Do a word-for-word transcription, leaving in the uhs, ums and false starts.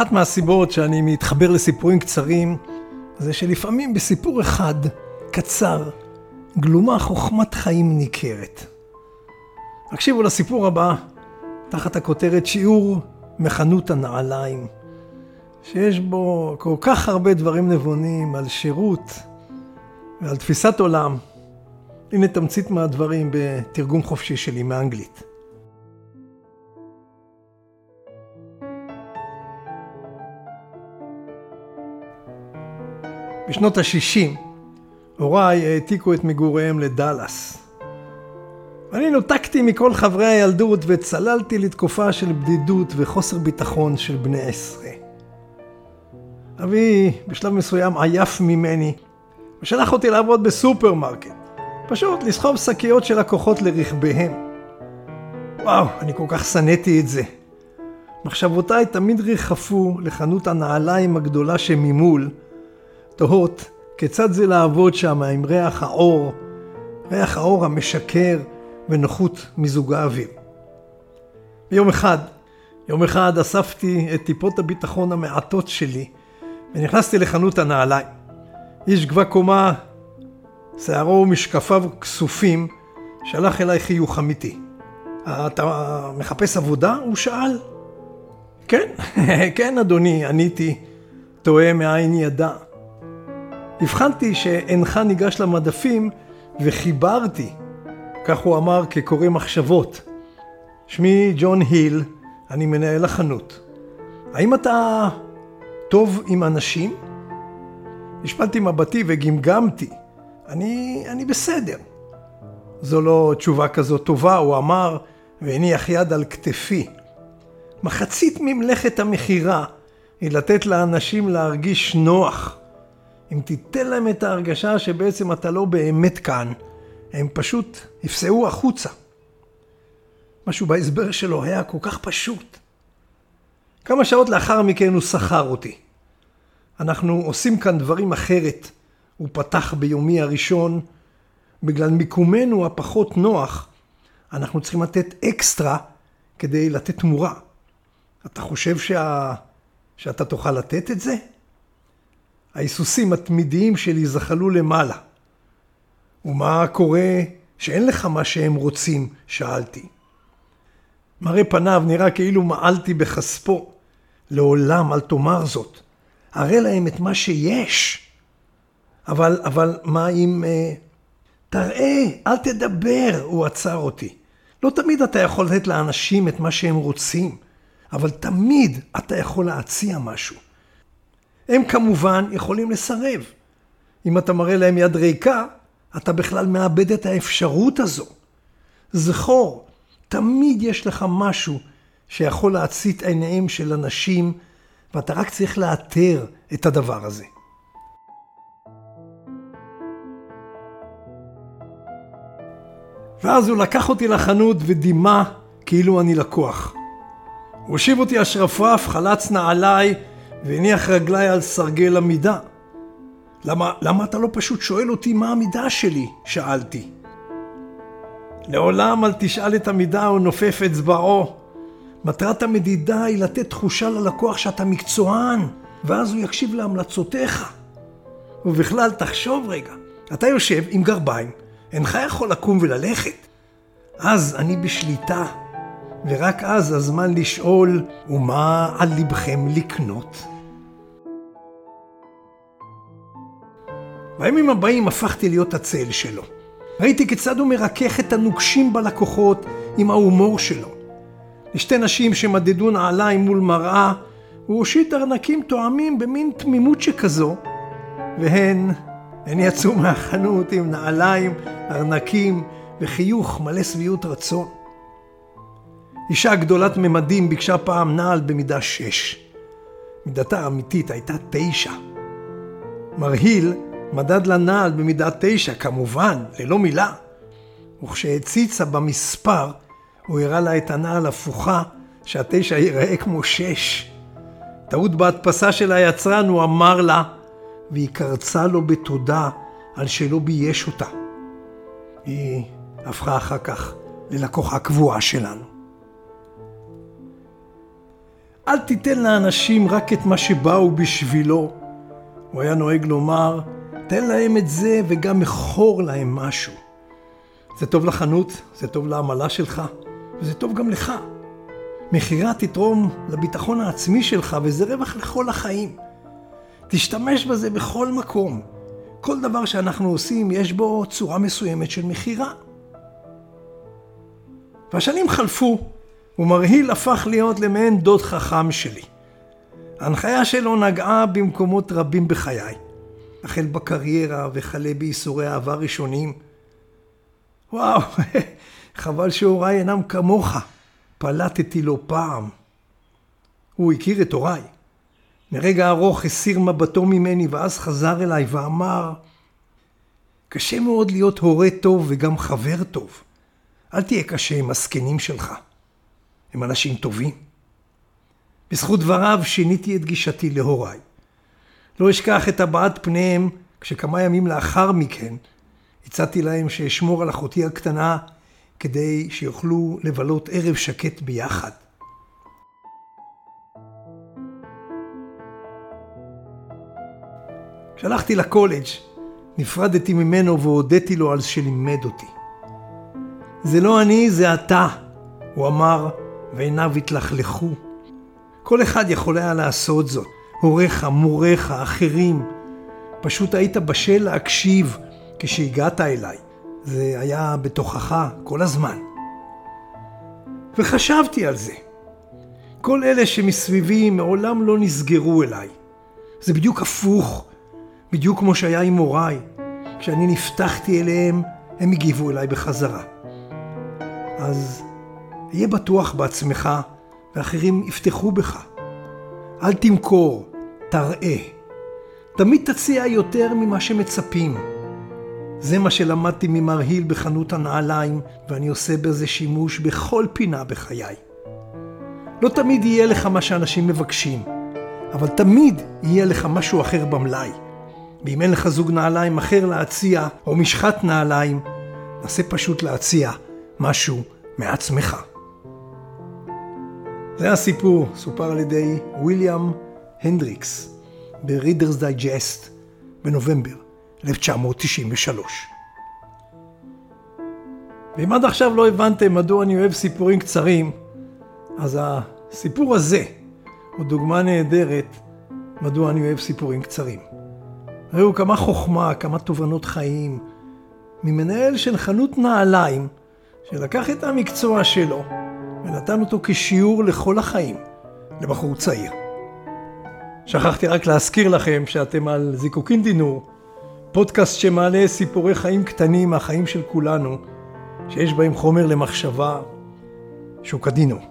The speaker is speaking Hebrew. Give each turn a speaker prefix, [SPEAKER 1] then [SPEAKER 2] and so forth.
[SPEAKER 1] אחת מהסיבות שאני מתחבר לסיפורים קצרים, זה שלפעמים בסיפור אחד, קצר, גלומה חוכמת חיים ניכרת. הקשיבו לסיפור הבא, תחת הכותרת שיעור מחנות הנעליים, שיש בו כל כך הרבה דברים נבונים על שירות ועל תפיסת עולם. הנה תמצית מהדברים בתרגום חופשי שלי מאנגלית. בשנות ה-שישים, הוריי העתיקו את מגוריהם לדלס. אני נותקתי מכל חברי הילדות וצללתי לתקופה של בדידות וחוסר ביטחון של בני עשרה. אבי בשלב מסוים עייף ממני ושלח אותי לעבוד בסופרמרקט, פשוט לסחוב שקיות של לקוחות לרכביהם. וואו, אני כל כך שנאתי את זה. מחשבותיי תמיד ריחפו לחנות הנעליים הגדולה שממול, תוהות כיצד זה לעבוד שם עם ריח האור, ריח האור המשקר ונוחות מזוג האוויר. ביום אחד, יום אחד אספתי את טיפות הביטחון המעטות שלי ונכנסתי לחנות הנעליים. איש גבה קומה, שערו ומשקפיו כסופים, שלח אליי חיוך אמיתי. אתה מחפש עבודה? הוא שאל. כן, כן אדוני, עניתי, טועה מאין ידע. הבחנתי שאינך ניגש למדפים וחיברתי, כך הוא אמר כקורא מחשבות. שמי ג'ון היל, אני מנהל החנות. האם אתה טוב עם אנשים? השפלתי מבטי וגמגמתי. אני, אני בסדר. זו לא תשובה כזו טובה, הוא אמר, והניח יד על כתפי. מחצית ממלאכת המחירה היא לתת לאנשים להרגיש נוח. אם תיתן להם את ההרגשה שבעצם אתה לא באמת כאן, הם פשוט יפסעו החוצה. משהו בהסבר שלו היה כל כך פשוט. כמה שעות לאחר מכן הוא שכר אותי. אנחנו עושים כאן דברים אחרת. הוא פתח ביומי הראשון. בגלל מיקומנו הפחות נוח, אנחנו צריכים לתת אקסטרה כדי לתת תמורה. אתה חושב שה... שאתה תוכל לתת את זה? ההיסוסים התמידיים שלי זחלו למעלה. ומה קורה שאין לך מה שהם רוצים? שאלתי. מראה פניו נראה כאילו מעלתי בכספו. לעולם אל תאמר זאת. הראה להם את מה שיש. אבל, אבל מה אם... אה, תראה, אל תדבר, הוא עצר אותי. לא תמיד אתה יכול לתת לאנשים את מה שהם רוצים, אבל תמיד אתה יכול להציע משהו. הם כמובן יכולים לסרב. אם אתה מראה להם יד ריקה, אתה בכלל מאבד את האפשרות הזו. זכור, תמיד יש לך משהו שיכול להצית עיניהם של אנשים, ואתה רק צריך לאתר את הדבר הזה. ואז הוא לקח אותי לחנות ודימה כאילו אני לקוח. הוא הושיב אותי אשרפרף, חלץ נעליי והניח רגליי על סרגל המידה. למה, למה אתה לא פשוט שואל אותי מה המידה שלי? שאלתי. לעולם אל תשאל את המידה או נופף אצבעו. מטרת המדידה היא לתת תחושה ללקוח שאתה מקצוען, ואז הוא יקשיב להמלצותיך. ובכלל תחשוב רגע, אתה יושב עם גרביים, אינך יכול לקום וללכת. אז אני בשליטה, ורק אז הזמן לשאול, ומה על לבכם לקנות? בימים הבאים הפכתי להיות הצל שלו. ראיתי כיצד הוא מרכך את הנוקשים בלקוחות עם ההומור שלו. לשתי נשים שמדדו נעליים מול מראה, הוא הושיט ארנקים תואמים במין תמימות שכזו, והן, הן יצאו מהחנות עם נעליים, ארנקים וחיוך מלא שביעות רצון. אישה גדולת ממדים ביקשה פעם נעל במידה שש. מידתה האמיתית הייתה תשע. מרהיל מדד לנעל במידה תשע, כמובן, ללא מילה. וכשהציצה במספר, הוא הראה לה את הנעל הפוכה, שהתשע ייראה כמו שש. טעות בהדפסה של היצרן, הוא אמר לה, והיא קרצה לו בתודה על שלא בייש אותה. היא הפכה אחר כך ללקוחה קבועה שלנו. אל תיתן לאנשים רק את מה שבאו בשבילו. הוא היה נוהג לומר, תן להם את זה וגם מחור להם משהו. זה טוב לחנות, זה טוב לעמלה שלך, וזה טוב גם לך. מחירה תתרום לביטחון העצמי שלך, וזה רווח לכל החיים. תשתמש בזה בכל מקום. כל דבר שאנחנו עושים יש בו צורה מסוימת של מחירה. והשנים חלפו, ומרהיל הפך להיות למעין דוד חכם שלי. ההנחיה שלו נגעה במקומות רבים בחיי. החל בקריירה וכלה בייסורי אהבה ראשונים. וואו, חבל שהוריי אינם כמוך. פלטתי לו פעם. הוא הכיר את הוריי. מרגע ארוך הסיר מבטו ממני ואז חזר אליי ואמר, קשה מאוד להיות הורה טוב וגם חבר טוב. אל תהיה קשה עם הזקנים שלך. הם אנשים טובים. בזכות דבריו שיניתי את גישתי להוריי. לא אשכח את הבעת פניהם כשכמה ימים לאחר מכן הצעתי להם שאשמור על אחותי הקטנה כדי שיוכלו לבלות ערב שקט ביחד. כשהלכתי לקולג' נפרדתי ממנו והודיתי לו על שלימד אותי. זה לא אני, זה אתה, הוא אמר, ועיניו התלכלכו. כל אחד יכול היה לעשות זאת, הוריך, מוריך, אחרים. פשוט היית בשל להקשיב כשהגעת אליי. זה היה בתוכך כל הזמן. וחשבתי על זה. כל אלה שמסביבי מעולם לא נסגרו אליי. זה בדיוק הפוך, בדיוק כמו שהיה עם הוריי. כשאני נפתחתי אליהם, הם הגיבו אליי בחזרה. אז יהיה בטוח בעצמך, ואחרים יפתחו בך. אל תמכור, תראה. תמיד תציע יותר ממה שמצפים. זה מה שלמדתי ממרהיל בחנות הנעליים, ואני עושה בזה שימוש בכל פינה בחיי. לא תמיד יהיה לך מה שאנשים מבקשים, אבל תמיד יהיה לך משהו אחר במלאי. ואם אין לך זוג נעליים אחר להציע, או משחת נעליים, נסה פשוט להציע משהו מעצמך. זה הסיפור, סופר על ידי וויליאם הנדריקס, ב-Reader's Digest, בנובמבר אלף תשע מאות תשעים ושלוש. ואם עד עכשיו לא הבנתם מדוע אני אוהב סיפורים קצרים, אז הסיפור הזה הוא דוגמה נהדרת מדוע אני אוהב סיפורים קצרים. ראו כמה חוכמה, כמה תובנות חיים, ממנהל של חנות נעליים, שלקח את המקצוע שלו, ונתן אותו כשיעור לכל החיים, לבחור צעיר. שכחתי רק להזכיר לכם שאתם על זיקוקין דינור, פודקאסט שמעלה סיפורי חיים קטנים מהחיים של כולנו, שיש בהם חומר למחשבה, שוקדינו.